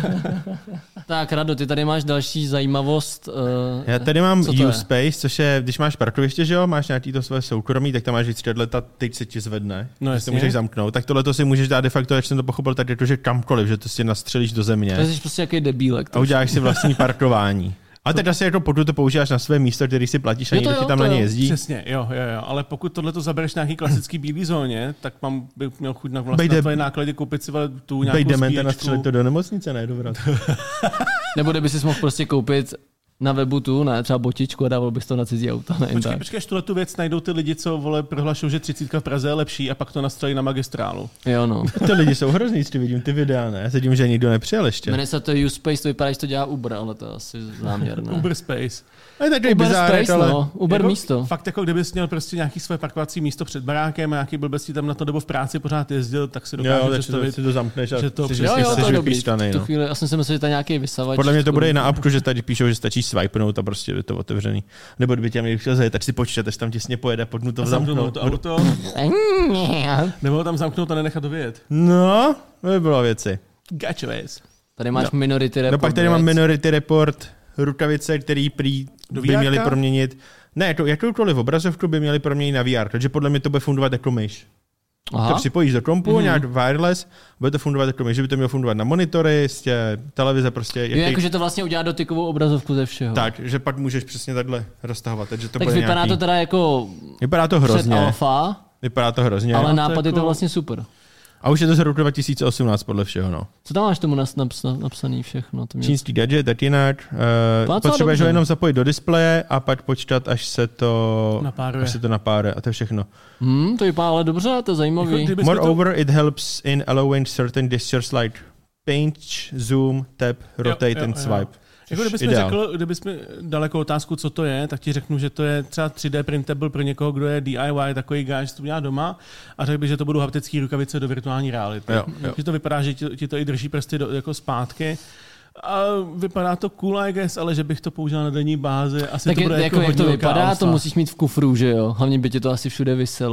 Tak, Rado, ty tady máš další zajímavost. Já tady mám U-Space, což je, když máš parkoviště, že jo, máš nějaký to své soukromí, tak tam máš vždycky tato teď se ti zvedne, že to můžeš zamknout. Tak tohle to si můžeš dát de facto, jak jsem to pochopil, tak jakože kamkoliv, že to si nastřelíš do země. To jsi prostě jaký debílek. A uděláš si vlastní parkování. A teď asi jako pokud to používáš na své místo, který si platíš a někdo ti tam na ně jezdí. Přesně, jo. Ale pokud tohle to zabereš na nějaký klasický bílý zóně, tak bych měl chuť na tvoje náklady koupit si tu nějakou spíječku. Nastřelit to do nemocnice, ne? Dobrá. Nebo kdyby si mohl prostě koupit na webu třeba botičku a dával bys to na cizí auta. Počkej, až tu věc najdou ty lidi, co prohlašují, že 30 v Praze je lepší a pak to nastřelí na magistrálu. Jo, no. Ty lidi jsou hrozný, když vidím ty videa, ne? Já se dím, že nikdo nepřijel ještě. Jmenuje se to U-Space, to vypadá, že to dělá Uber, ale to je asi záměrné. Uber Space. Uber Space, ale Uber jako, místo. Fakt jako kdybys měl prostě nějaký své parkovací místo před barákem a nějaký blbec tam na to dobu v práci pořád jezdil, tak si dokážeš představit, že to zamkneš a to je dobrý. V tu chvíli, já jsem si myslel, že to je nějaký vysavač. Podle mě to bude i na apku, že tady píšou, že stačí swipenout a prostě je to otevřený. Nebo kdyby tě měli chtěl zajet, tak si počítat, až tam těsně pojede, podnu to zamknout. Auto. Nebo tam zamknout a nenechat to vyjet. No, to by bylo věci. Gotcha ways. Tady máš Minority Report. No pak tady mám Minority Report, rukavice, který by měli proměnit. Ne, jakoukoliv obrazovku by měli proměnit na VR, takže podle mě to bude fungovat jako myš. To připojíš do kompu, nějak wireless, bude to fungovat jako myš, že by to mělo fungovat na monitory, televize prostě. Jakože to vlastně udělá dotykovou obrazovku ze všeho. Tak, že pak můžeš přesně takhle roztahovat. Takže to tak bude vypadá to teda jako vypadá to hrozně. Alfa. Vypadá to hrozně. Ale nápad je to vlastně super. A už je to z roku 2018 podle všeho, no. Co tam máš tomu napsaný všechno? Čínský gadget, tak jinak. Potřebuješ ho jenom zapojit do displeje a pak počkat, až se to napáruje a to je všechno. To vypadá ale dobře, to je zajímavý. Moreover, it helps in allowing certain gestures like pinch, zoom, tap, rotate and swipe. Jako kdybychom daleko otázku, co to je, tak ti řeknu, že to je třeba 3D printable pro někoho, kdo je DIY, takový guy, že to udělá doma a řekl bych, že to budou haptické rukavice do virtuální reality. Že to vypadá, že ti to i drží prsty jako zpátky. A vypadá to cool, I guess, ale že bych to použil na denní bázi. Asi tak to bude jako jak to vypadá, alfa. to musíš mít v kufru, že jo? Hlavně by ti to asi všude viselo.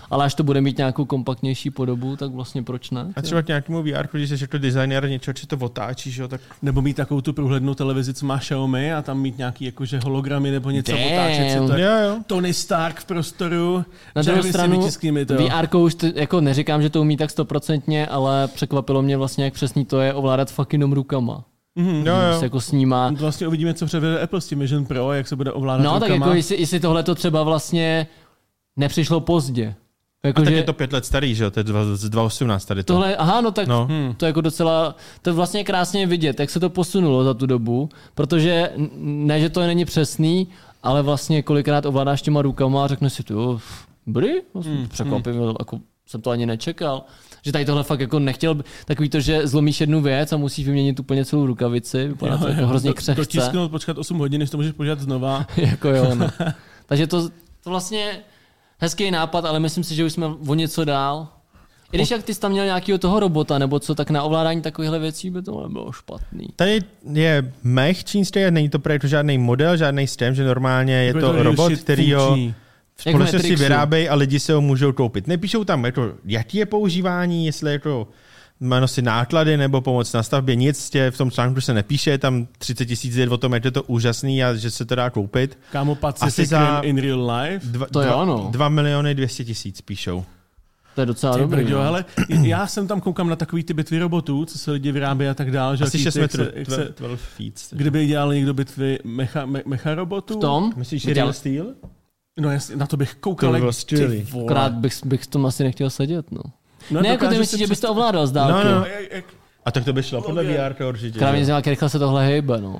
ale až to bude mít nějakou kompaktnější podobu, tak vlastně proč ne? A třeba k nějakému VR, když jsi jako designer něčeho, či to otáčíš, jo, tak... Nebo mít takovou tu průhlednou televizi, co má Xiaomi a tam mít nějaký jakože hologramy nebo něco otáčet si to. Tony Stark v prostoru. Na druhou stranu VR už jako neříkám, že to umí tak 100%, ale překvapilo mě vlastně, jak přesný to je ovládat fakt jenom rukama. Se jako snímá. No vlastně uvidíme, co předvede Apple s tím Vision Pro, jak se bude ovládat rukama. Tak jako jestli tohle to třeba vlastně nepřišlo pozdě. Jako, a tak je to 5 let starý, že jo? To je z 2018 tady to. Tohle, to je jako docela, to je vlastně krásně vidět, jak se to posunulo za tu dobu, protože ne, že to není přesný, ale vlastně kolikrát ovládáš těma rukama a řekneš si to, překvapivě, jako jsem to ani nečekal. Že tady tohle fakt jako nechtěl, takový to, že zlomíš jednu věc a musíš vyměnit úplně celou rukavici, vypadá to jako hrozně křehce. To tisknout, počkat 8 hodin, než to můžeš požádat znova. Jako jo, no. Takže to vlastně hezký nápad, ale myslím si, že už jsme o něco dál. I když jak ty jsi tam měl nějakého toho robota, nebo co, tak na ovládání takovýchhle věcí by to nebylo špatný. Tady je mech čínský a není to právě žádný model, žádný systém, že normálně je to robot, který ho v společnosti vyrábějí a lidi se ho můžou koupit. Nepíšou tam, jaký je používání, jestli je to má nosit náklady nebo pomoc na stavbě, nic v tom článku se nepíše, tam 30 000 je o tom, jak je to úžasný a že se to dá koupit. Kámo, Pacific in real life? 2 200 000 píšou. To je docela dobrý. Ale já jsem tam koukám na takový ty bitvy robotů, co se lidi vyrábí a tak dále. Asi 6 metrů, 12 feet. Kdyby dělal někdo bitvy mecha robotů? V tom? Myslíš Real Steel? No jasně, na to bych koukal. To bylo skvělý. Akorát bych v tom asi nechtěl sedět, no. Ne, jako ty myslíš, že bys to ovládal z dálky. No. A tak to by šlo podle VR určitě. Krávně znamená, jak rychle se tohle hejbe, no.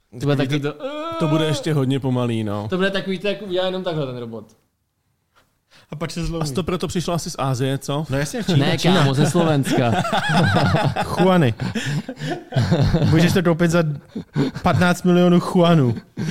To bude ještě hodně pomalý, no. To bude takový, tak udělá jenom takhle ten robot. A pak se zlomí. A to proto přišlo asi z Asie, co? No jasně, Ne, kámo, ze Slovenska. Juany. Můžeš to koupit za 15 milionů juanů.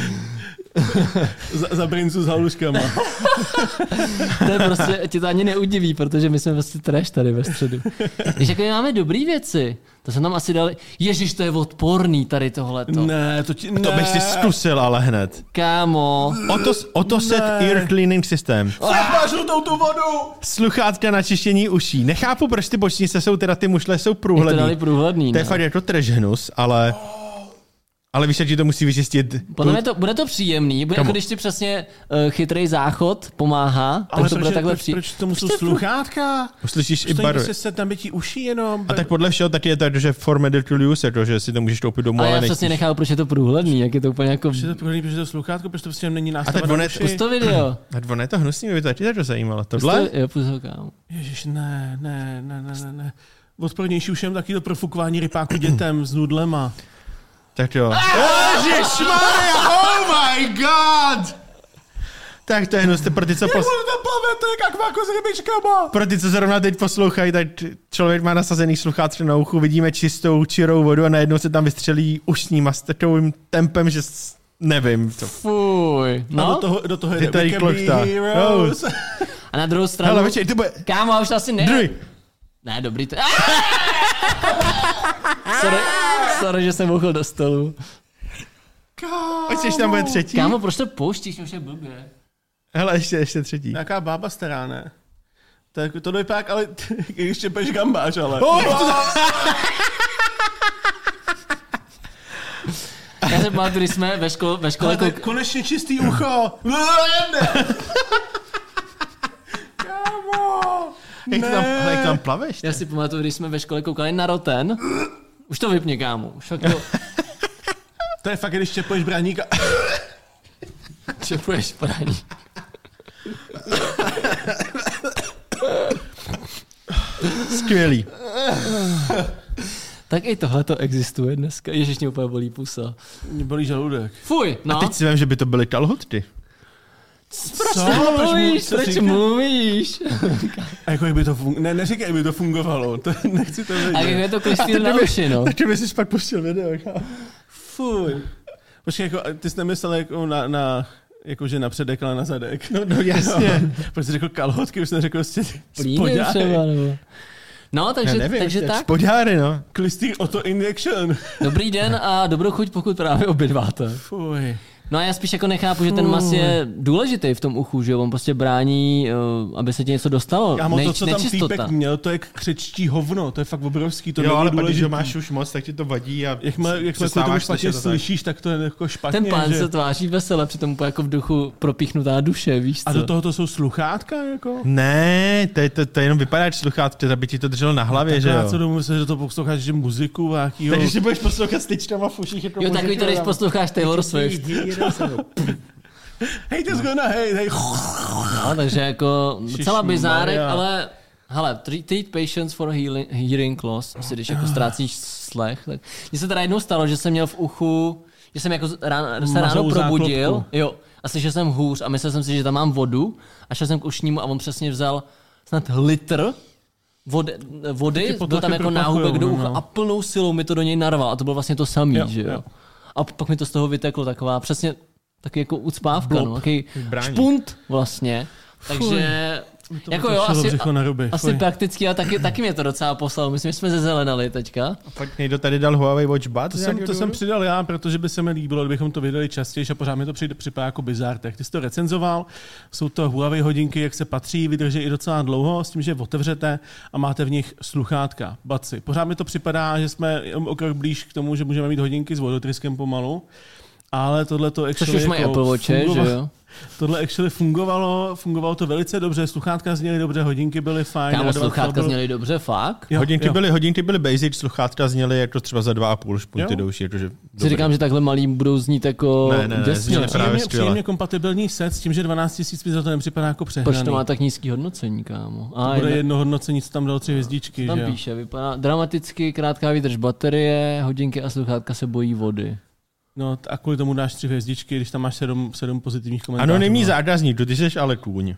za brinzu s haluškama. To je prostě, tě to ani neudiví, protože my jsme vlastně trash tady ve středu. Když jako máme dobrý věci, to se nám asi dali... Ježiš, to je odporný tady tohleto. Ne, to bych si zkusil ale hned. Kámo. Autoset ear cleaning system. Máš žlutou tu vodu! Sluchátka na čištění uší. Nechápu, proč ty bočnice jsou teda, ty mušle jsou průhledný. To dali průhledný, to je fakt jako trežhnus, ale... Ale víš, jak ti to musí vyčistit. Podle mě bude to příjemný, bude jako když ti přesně chytrý záchod pomáhá, ale tak to bude takhle příjemný. Proč tomu jsou sluchátka? Uslyšíš i barvy. Se tam bytí uší jenom. A tak podle všeho taky je to, že for medical use, jako, že si to můžeš koupit domů, ale já přesně nechápu, proč je to průhledný, jak je to úplně jako... Proč je to průhledný, protože to sluchátko, protože to prostě není nástava na uši. Pust to video. A ono je to hnusný, mě by to taky tak zajímalo. Tohle? Jo, pust ho, kámo. Ježiš, ne. Odpornější už jen taky to profukování rypáku dětem s nudlema. Tak jo. Ježišmarja, oh my god! Tak to je hnusné, pro ty, co to je jak máko s rybičkama. Pro ty, co zrovna teď poslouchají, tak člověk má nasazený sluchátko na uchu, vidíme čistou, čirou vodu a najednou se tam vystřelí ušní s takovým tempem, že nevím. Fuj. No? A do toho je tady Heroes. A na druhou stranu... Hele, večer, to bude... Kámo, už to asi ne... Druhý. Ne, dobrý to... Sorry, že jsem bouchl do stolu. Počkej, tam bude třetí. Kámo, proč to pouštíš, už je blbě. Hele, ještě třetí. Nějaká bába stará, ne? To vypadá, ale ještě peš gambáč, ale... Já se pamatuju, když jsme ve škole... Konečně čistý ucho! Kámo! Jak tam plaveš? Já si pamatuju, když jsme ve škole koukali na Roten. Už to vypně, kámo. Už fakt to... To je fakt, když čepuješ braníka. Čepuješ braník. Skvělý. Tak i tohle to existuje dneska. Ježiš, mě úplně bolí pusa. Mě bolí žaludek. Fuj, no. A teď si vím, že by to byly kalhoty. Proč mluvíš? A jako jak by to fungovalo? Neříkej, jak by to fungovalo. Nechci to vědět. A jak je to klistýr na uši, no. Tak by jsi pak pustil video. Fuj. Počkej, jako, ty jsi nemyslel jako na jakože na předek, ale na zadek. No jasně. Protože jsi řekl kalhotky, už jsem řekl plíny třeba, nebo... No, takže tak. Spodňáry, no. Klistýr auto injection. Dobrý den a dobrou chuť, pokud právě obědváte. Fuj. No a já spíš jako nechápu, že ten mas je důležitý v tom uchu, že on prostě brání, aby se ti něco dostalo. Kámo, to, co tam týpek měl, to je křečtí hovno, to je fakt obrovský, to jo, ale pak, když máš už moc, tak ti to vadí a jakmile to špatně slyšíš, tak to je jako špatně. Ten pán se tváří vesele, přitom jako v duchu propíchnutá duše, víš co? A do toho to jsou sluchátka, jako? Ne, to jenom vypadá sluchátka, aby ti to drželo na hlavě, že jo? Co domů se, že to posloucháš, že muziku jakýho... Takže si budeš poslouchat s tyčkama v uších jako jo, takový to, když posloucháš Taylor Swift. Hej, to zgona, hej. No, takže jako docela bizárek, ale hele, treat patients for hearing loss, asi když jako ztrácíš slech. Tak. Mně se teda jednou stalo, že jsem měl v uchu, že jsem jako se ráno probudil, jo, a slyšel jsem hůř a myslel jsem si, že tam mám vodu a šel jsem k ušnímu a on přesně vzal snad litr vody byl tam jako náhubek do ucha a plnou silou mi to do něj narval a to bylo vlastně to samý, že jo. A pak mi to z toho vyteklo taková přesně taky jako ucpávka, no, takový špunt vlastně, takže jako jo, asi prakticky, ale taky mě to docela poslalo, myslím, že jsme zezelenali teďka. A pak někdo tady dal Huawei Watch Buds? To jsem přidal já, protože by se mi líbilo, kdybychom to vydali častěji a pořád mi to připadá jako bizártek. Ty jsi to recenzoval, jsou to Huawei hodinky, jak se patří, vydrží i docela dlouho, s tím, že otevřete a máte v nich sluchátka, budsy. Pořád mi to připadá, že jsme o krok blíž k tomu, že můžeme mít hodinky s vodotryskem pomalu, ale tohle to actually už mají Apple Watche, že jo? Tohle actually fungovalo to velice dobře, sluchátka zněly dobře, hodinky byly fajn. Kámo, sluchátka zněly dobře, fakt? Hodinky byly basic, sluchátka zněly jako třeba za 2,5 špunty douší. Jakože si říkám, že takhle malý budou znít jako děsně. Příjemně kompatibilní set s tím, že 12 000 mi za to nepřipadá jako přehnaný. Proč to má tak nízký hodnocení, kámo? To bude jedno hodnocení, co tam dalo 3 hvězdičky. Tam píše, vypadá dramaticky krátká výdrž baterie, hodinky a sluchátka se bojí vody. No a kvůli tomu dáš 3 hvězdičky, když tam máš 7 pozitivních komentářů. Anonymní zákazník, ty jsi ale kůň.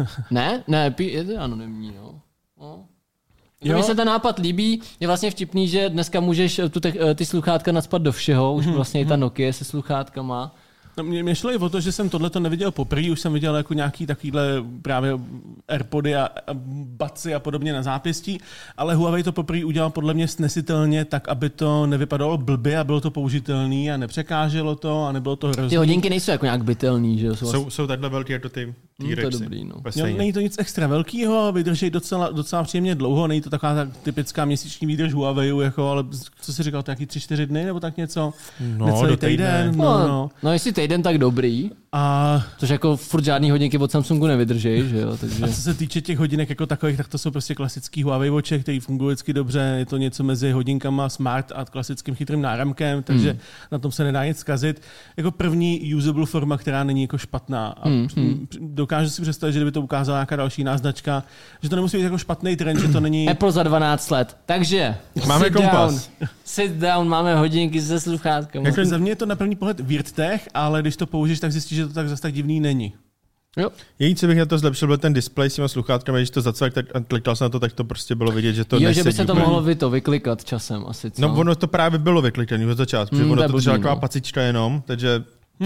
Ne, je to anonymní, no. Mně se ten nápad líbí, je vlastně vtipný, že dneska můžeš ty sluchátka nacpat do všeho, už vlastně i ta Nokia se sluchátkama. No, mě šlo i o to, že jsem tohleto neviděl poprvé, už jsem viděl jako nějaký takovýhle právě AirPody a Budsy a podobně na zápěstí, ale Huawei to poprvé udělal podle mě snesitelně tak, aby to nevypadalo blbě a bylo to použitelný a nepřekáželo to a nebylo to hrozný. Ty hodinky nejsou jako nějak bytelný, že jo? Jsou takhle velký jako ty T-Rexy. To je dobrý, no. Není to nic extra velkého, vydrží docela příjemně dlouho, není to taková ta typická měsíční výdrž Huawei, jako, ale co jsi říkal, to nějaký 3-4 dny nebo tak něco? Necelý týden. No jestli týden, tak dobrý. Což jako furt žádný hodinky od Samsungu nevydrží, že jo? Takže... A co se týče těch hodinek jako takových, tak to jsou prostě klasický Huawei Watche, který fungují vždycky dobře, je to něco mezi hodinkama Smart a klasickým chytrým náramkem, takže na tom se nedá nic zkazit. Jako první usable forma, která není jako špatná. A dokážu si představit, že kdyby to ukázala nějaká další náznačka, že to nemusí být jako špatný trend, že to není... Apple za 12 let. Takže máme kompas. Sit down, máme hodinky se sluchátkami. Jako za mě je to na první pohled weird tech, ale když to použiješ, tak zjistíš, že to tak zase tak divný není. Jo. Jediný, co bych na to zlepšil, byl ten display s těma sluchátkami, když to zacel, tak klikal jsem na to, tak to prostě bylo vidět, že to nesedí. Že by se to mohlo vyklikat časem asi, co? No ono to právě bylo vyklikaný od začátku, protože ono to třeba taková pacička jenom, takže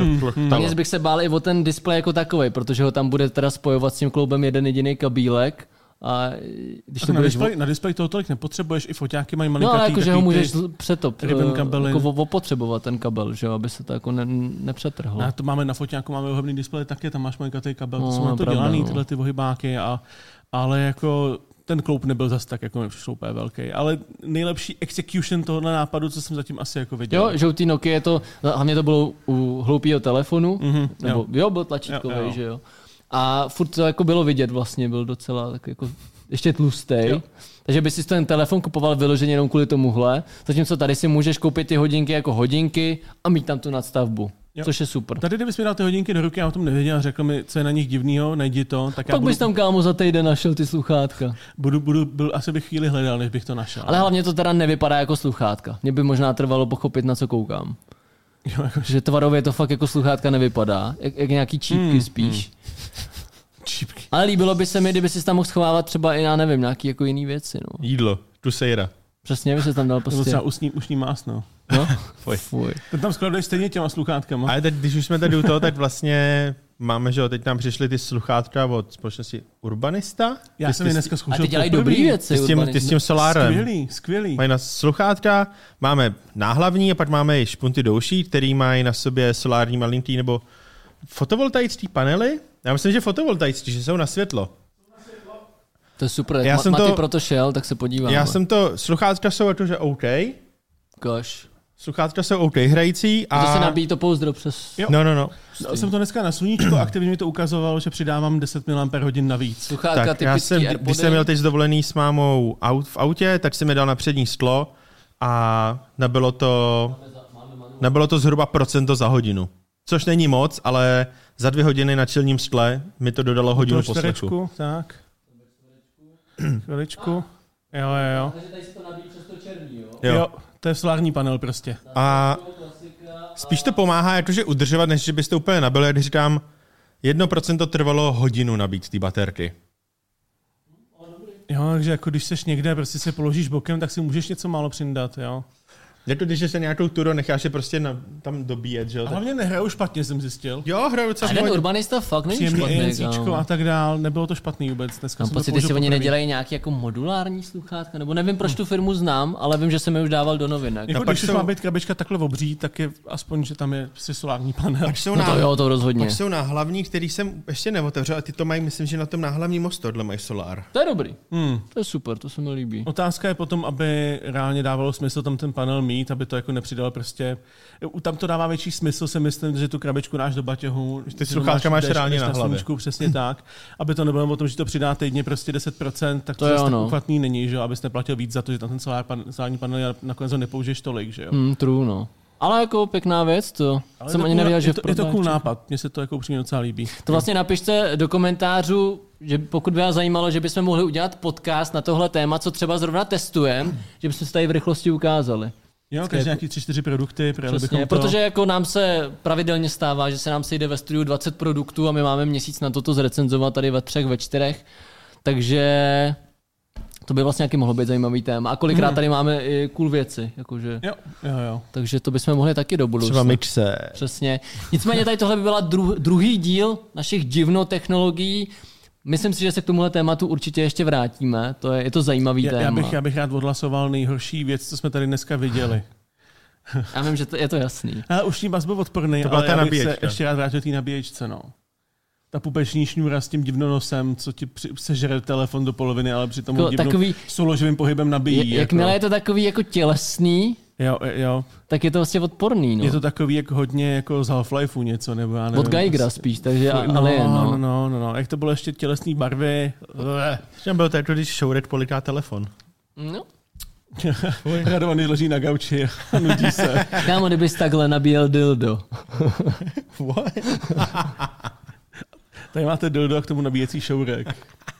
Dnes bych se bál i o ten displej jako takovej, protože ho tam bude teda spojovat s tím kloubem jeden jediný kabílek. A když to budeš na displej toho tolik nepotřebuješ, i foťáky mají malinkatý. No ale jakože ho můžeš jako opotřebovat ten kabel, že jo, aby se to jako nepřetrhlo. A to máme na foťáku, máme ohavný displej taky, tam máš malinkatý kabel, to jsou na to dělaný, tyhle ty ohybáky, ale jako ten kloup nebyl zas tak jako úplně velký, ale nejlepší execution tohohle nápadu, co jsem zatím asi jako viděl. Jo, žlutý Nokia hlavně to bylo u hloupýho telefonu, nebo byl tlačítkový, že jo. A furt to jako bylo vidět vlastně, byl docela tak jako ještě tlustej. Takže by si ten telefon kupoval vyloženě jenom kvůli tomuhle. Zatímco tady si můžeš koupit ty hodinky jako hodinky a mít tam tu nadstavbu. Jo. Což je super. Tady, kdybys mi dal ty hodinky do ruky, já o tom nevěděl a řekl mi, co je na nich divnýho, najdi to. Tak pak bys tam, kámo, za týden našel ty sluchátka. Asi bych chvíli hledal, než bych to našel. Ale hlavně to teda nevypadá jako sluchátka. Mě by možná trvalo pochopit, na co koukám. Jo, jako... Že tvarově to fakt jako sluchátka nevypadá. Jak nějaký čípky spíš. Čípky. Ale líbilo by se mi, kdyby si tam mohl schovávat třeba i, já nevím, nějaký jako jiný věci. No. Jídlo, tu sejra. Přesně, by se tam dal prostě... Nebo třeba usní másno. No? Fuj. Ten tam skladuješ stejně těma sluchátkama. Ale teď, když už jsme tady u toho, tak vlastně máme, že jo, teď nám přišly ty sluchátka od společnosti Urbanista. Já jsem je dneska zkoušel. A ty dělají dobrý věci. Ty s tím solárem. Skvělý. Mají na sluchátka, máme náhlavní a pak máme i špunty do uší, který mají na sobě solární malinký nebo fotovoltaické panely. Já myslím, že fotovoltaické, že jsou na světlo. To je super. Maty proto šel, tak se podívám. Sluchátka jsou jakože OK. Gosh. Sluchátka jsou OK hrající a... To se nabíjí to pouzdro přes... Jo. No. Jsem to dneska na sluníčko, aktivně mi to ukazovalo, že přidávám 10 mAh navíc. Sluchátka tak, typický AirPody. Když jsem měl teď dovolený s mámou v autě, tak jsem mi dal na přední sklo a nebylo to zhruba procento za hodinu. Což není moc, ale za 2 hodiny na čelním skle mi to dodalo hodinu poslechu. Tak. Chviličku. Jo. Takže tady se to nabíjí přes to černý, jo? Jo, to je solární panel prostě. A spíš to pomáhá jakože udržovat, než že byste úplně nabili, jak říkám, 1% trvalo hodinu nabít té baterky. Jo, takže jako když seš někde, prostě se položíš bokem, tak si můžeš něco málo přindat, jo. Je to, když se nějakou turu necháš je prostě tam dobíjet, že jo? A hlavně nehrajou špatně, jsem zjistil. Jo, hrajou docela. A ten Urbanista fakt není špatný. A tak dál, nebylo to špatný vůbec. Mám pocit, že oni nedělají nějaký jako modulární sluchátka, nebo nevím, proč tu firmu znám, ale vím, že jsem je už dával do novinek. Jako když má být krabička takhle obří, tak je aspoň, že tam je si solární panel. To rozhodně. Pak jsou na hlavní, který jsem ještě neotevřel, a ty to mají, myslím, že na tom náhlavní mostu dle mají solár. To je dobrý. To je super, to se mi líbí. Otázka je potom, aby reálně dávalo smysl tam ten panel mít, aby to jako nepřidalo prostě. Tam to dává větší smysl, si myslím, že tu krabičku dáš do baťohu. Ty sluchátka máš reálně na hlavě. Sluníčku, přesně tak. Aby to nebylo o tom, že to přidá týdně prostě 10%, tak to zase tak uchvatný není, že abys neplatil víc za to, že tam ten solární panel nakonec ho nepoužiješ tolik, že jo. True, no. Ale jako pěkná věc, to ale jsem ani nevěděl, že je to cool nápad, mně se to jako upřímně docela líbí. To vlastně napište do komentářů, že pokud by vás zajímalo, že bychom mohli udělat podcast na tohle téma, co třeba zrovna testujeme, že bychom se tady v rychlosti ukázali. Jo, každý nějaký 3-4 produkty. Přesně, protože jako nám se pravidelně stává, že se nám sejde ve studiu 20 produktů a my máme měsíc na to zrecenzovat tady ve 3, ve 4. Takže to by vlastně nějaký mohlo být zajímavý téma. A kolikrát tady máme i cool věci. Jakože. Jo. Takže to bychom mohli taky do budoucna. Třeba mixer. Přesně. Nicméně tady tohle by byla druhý díl našich divnotechnologií. Myslím si, že se k tomuhle tématu určitě ještě vrátíme. Je to zajímavý téma. Já bych rád odhlasoval nejhorší věc, co jsme tady dneska viděli. Já vím, že je to jasný. Ale už tím vás byl odporný, ale já bych se ještě rád vrátil té nabíječce, no. Ta pupeční šňůra s tím divnonosem, co ti sežere telefon do poloviny, ale přitom souloživým pohybem nabíjí. Jakmile je to takový jako tělesný, jo. Tak je to vlastně odporný, no. Je to takový jako hodně jako z Half-Lifeu něco, nebo já nevím. Od Geigera spíš, takže No. Jak to bylo ještě tělesný barvy. Byl to jako, když Shouret poliká telefon. No. Radovaný leží na gauči a nudí se. Kámo, kdybys takhle nabíjel dildo. What? Tady máte dildo a k tomu nabíjecí šourek.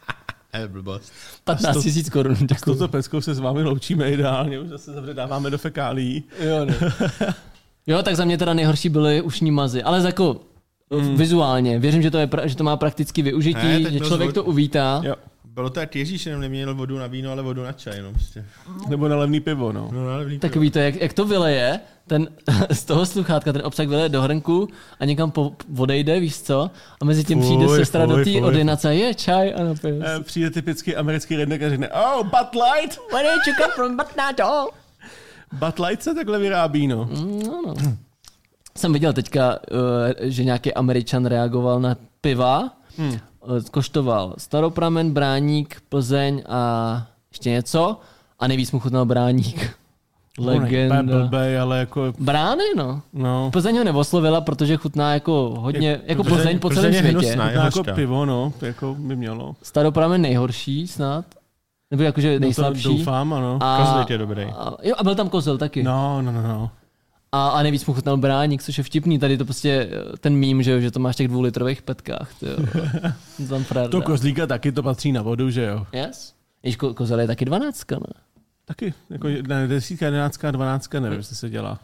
15 000 korun. S touto peckou se s vámi loučíme ideálně, už zase zavře dáváme do fekálí. Jo, tak za mě teda nejhorší byly ušní mazy, ale jako vizuálně. Věřím, že to má prakticky využití, že člověk to uvítá. Jo. Bylo to jak Ježíš, jenom neměl vodu na víno, ale vodu na čaj. No, prostě. Nebo na levný pivo, no. Takový to, jak to vyleje, z toho sluchátka ten obsah vyleje do hrnku a někam odejde, víš co? A mezi tím přijde sestra do té ordinace, je čaj a napije. Přijde typický americký redneck a řekne, oh, Bud Light! Where did you come from, Bud Light? Bud Light se takhle vyrábí, no. No. Jsem viděl teďka, že nějaký Američan reagoval na piva, koštoval Staropramen, Bráník, Plzeň a ještě něco a nejvíc mu chutnal Bráník. Legenda. Blbej, ale jako... Brány, no. Plzeň ho neoslovila, protože chutná jako hodně, jako Plzeň po celém světě. Chutná jako pivo, no, jako by mělo. Staropramen nejhorší snad. Nebo jakože nejslabší. No doufám, ano. Kozlík je dobrý. A byl tam kozel taky. No. A nejvíc mu chutnal Bráník, což je vtipný. Tady to prostě ten mím, že to máš v těch 2litrových petkách. To kozlíka taky to patří na vodu, že jo? Yes. Jež kozel je taky 12, ne? Taky, jako 10, 11, 12, nevím, jestli se dělá.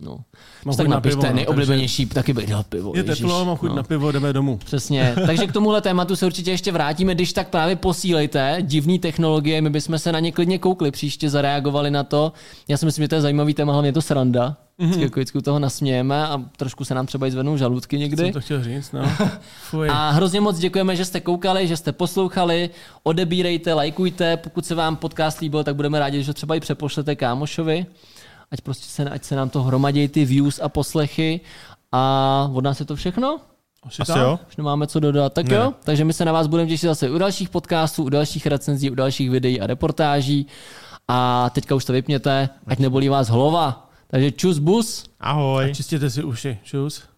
No. Tak napište, nejoblíbenější, taky bych dal pivo. Je teplo, mám chuť na pivo, jdeme domů. Přesně. Takže k tomuhle tématu se určitě ještě vrátíme, když tak právě posílejte divný technologie, my bychom se na ně klidně koukli, příště zareagovali na to. Já si myslím, že to je zajímavý téma, hlavně je to sranda. Vždycky toho nasmějeme a trošku se nám třeba i zvednou žaludky někdy. Jsem to chtěl říct, no. A hrozně moc děkujeme, že jste koukali, že jste poslouchali, odebírejte, lajkujte, pokud se vám podcast líbil, tak budeme rádi, že třeba i přepošlete kámošovi. Ať se nám to hromadějí ty views a poslechy. A od nás je to všechno? Asi jo. Už nemáme co dodat. Tak jo, takže my se na vás budeme těšit zase u dalších podcastů, u dalších recenzí, u dalších videí a reportáží. A teďka už to vypněte, ať nebolí vás hlava. Takže čus bus. Ahoj. A čistěte si uši. Čus.